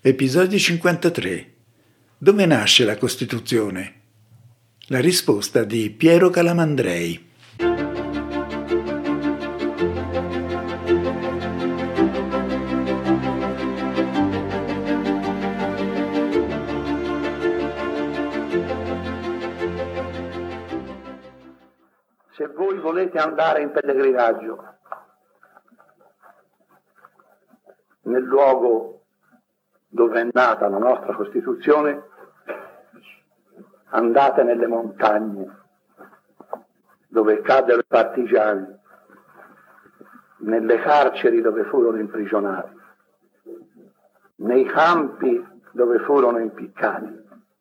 Episodio 53. Dove nasce la Costituzione? La risposta di Piero Calamandrei. Se voi volete andare in pellegrinaggio nel luogo dove è nata la nostra Costituzione, andate nelle montagne dove caddero i partigiani, nelle carceri dove furono imprigionati, nei campi dove furono impiccati.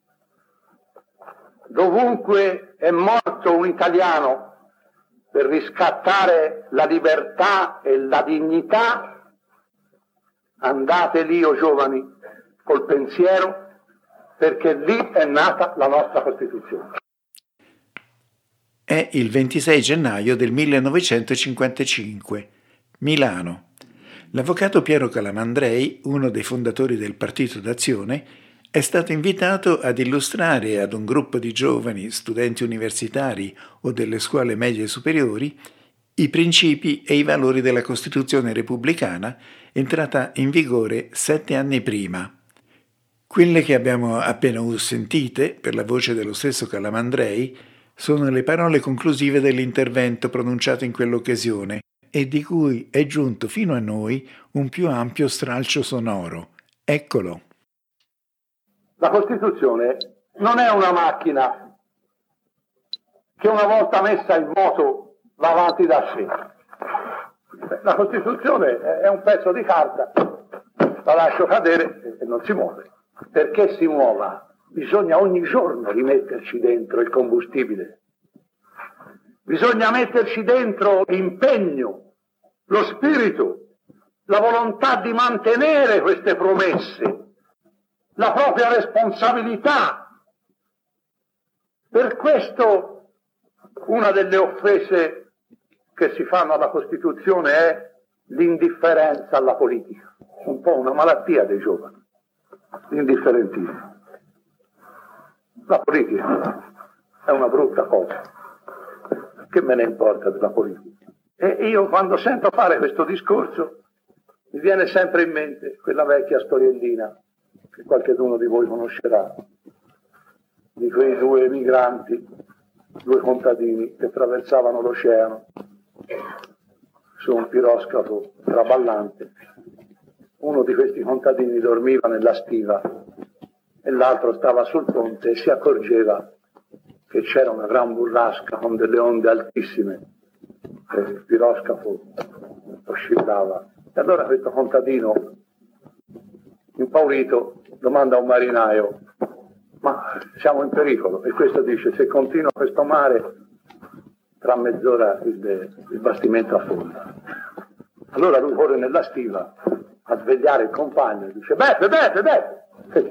Dovunque è morto un italiano per riscattare la libertà e la dignità, andate lì, o giovani, col pensiero, perché lì è nata la nostra Costituzione. È il 26 gennaio del 1955, Milano. L'avvocato Piero Calamandrei, uno dei fondatori del Partito d'Azione, è stato invitato ad illustrare ad un gruppo di giovani, studenti universitari o delle scuole medie superiori, i principi e i valori della Costituzione repubblicana entrata in vigore 7 anni prima. Quelle che abbiamo appena sentite, per la voce dello stesso Calamandrei, sono le parole conclusive dell'intervento pronunciato in quell'occasione e di cui è giunto fino a noi un più ampio stralcio sonoro. Eccolo. La Costituzione non è una macchina che una volta messa in moto va avanti da sé. La Costituzione è un pezzo di carta, la lascio cadere e non si muove. Perché si muova? Bisogna ogni giorno rimetterci dentro il combustibile. Bisogna metterci dentro l'impegno, lo spirito, la volontà di mantenere queste promesse, la propria responsabilità. Per questo una delle offese che si fanno alla Costituzione è l'indifferenza alla politica, un po' una malattia dei giovani, l'indifferentismo. La politica è una brutta cosa, che me ne importa della politica? E io quando sento fare questo discorso mi viene sempre in mente quella vecchia storiellina che qualcuno di voi conoscerà, di quei due migranti, due contadini che attraversavano l'oceano su un piroscafo traballante. Uno di questi contadini dormiva nella stiva e l'altro stava sul ponte e si accorgeva che c'era una gran burrasca con delle onde altissime e il piroscafo oscillava. E allora questo contadino, impaurito, domanda a un marinaio: ma siamo in pericolo? E questo dice: se continua questo mare, tra mezz'ora il bastimento affonda. Allora lui corre nella stiva a svegliare il compagno e dice: Beppe!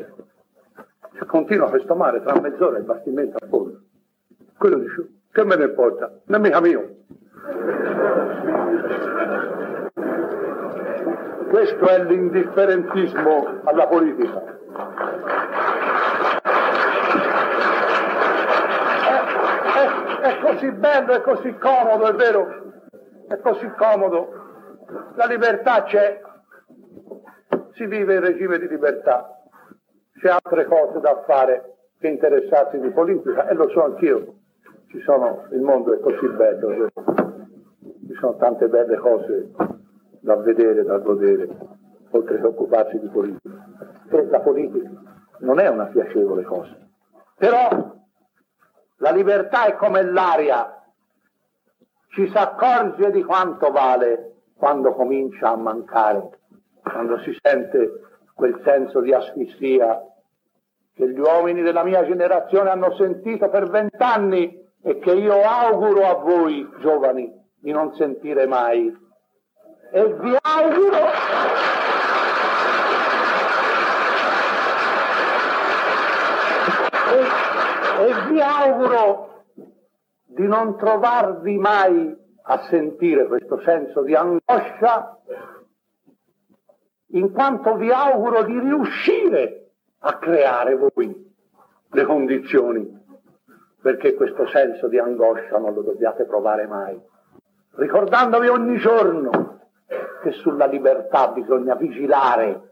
Se continua questo mare, tra mezz'ora il bastimento affonda. Quello dice: che me ne importa? Non è mica mio. Questo è l'indifferentismo alla politica. È così bello, è così comodo, è vero? È così comodo. La libertà c'è, si vive in regime di libertà. C'è altre cose da fare che interessarsi di politica, e lo so anch'io. Il mondo è così bello, ci sono tante belle cose da vedere, da godere, oltre che occuparsi di politica. E la politica non è una piacevole cosa. Però la libertà è come l'aria, ci si accorge di quanto vale quando comincia a mancare, quando si sente quel senso di asfissia che gli uomini della mia generazione hanno sentito per 20 anni e che io auguro a voi, giovani, di non sentire mai. E vi auguro di non trovarvi mai a sentire questo senso di angoscia in quanto vi auguro di riuscire a creare voi le condizioni perché questo senso di angoscia non lo dobbiate provare mai, ricordandovi ogni giorno che sulla libertà bisogna vigilare,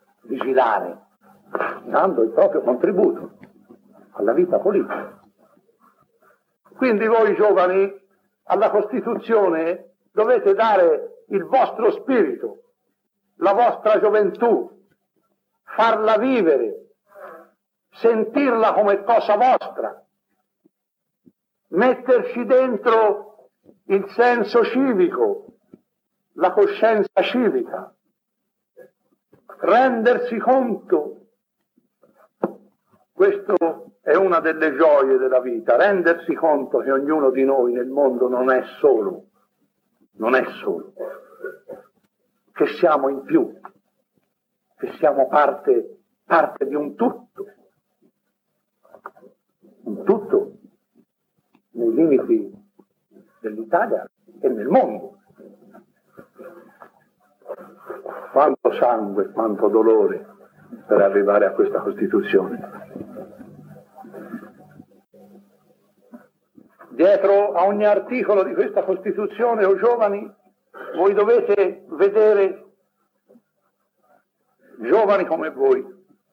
dando il proprio contributo alla vita politica. Quindi voi giovani alla Costituzione dovete dare il vostro spirito, la vostra gioventù, farla vivere, sentirla come cosa vostra, metterci dentro il senso civico, la coscienza civica, rendersi conto. Questo è una delle gioie della vita, rendersi conto che ognuno di noi nel mondo non è solo, che siamo in più, che siamo parte di un tutto nei limiti dell'Italia e nel mondo. Quanto sangue, quanto dolore per arrivare a questa Costituzione. Dietro a ogni articolo di questa Costituzione, o giovani, voi dovete vedere giovani come voi,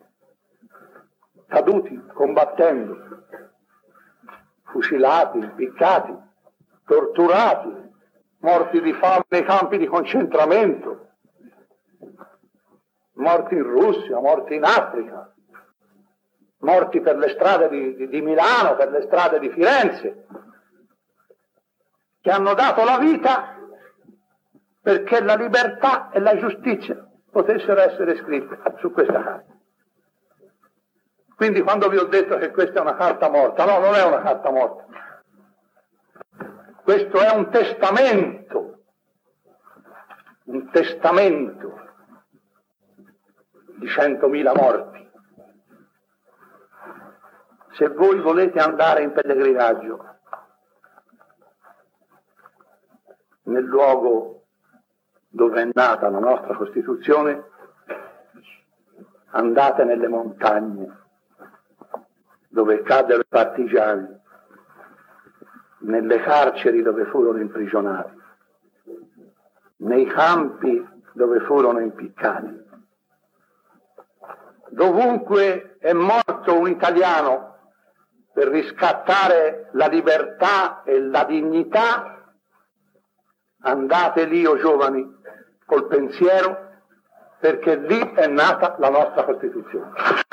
caduti, combattendo, fucilati, impiccati, torturati, morti di fame nei campi di concentramento, morti in Russia, morti in Africa, morti per le strade di Milano, per le strade di Firenze, che hanno dato la vita perché la libertà e la giustizia potessero essere scritte su questa carta. Quindi quando vi ho detto che questa è una carta morta, no, non è una carta morta. Questo è un testamento di 100.000 morti. Se voi volete andare in pellegrinaggio nel luogo dove è nata la nostra Costituzione, andate nelle montagne dove caddero i partigiani, nelle carceri dove furono imprigionati, nei campi dove furono impiccati. Dovunque è morto un italiano per riscattare la libertà e la dignità, andate lì, o giovani, col pensiero, perché lì è nata la nostra Costituzione.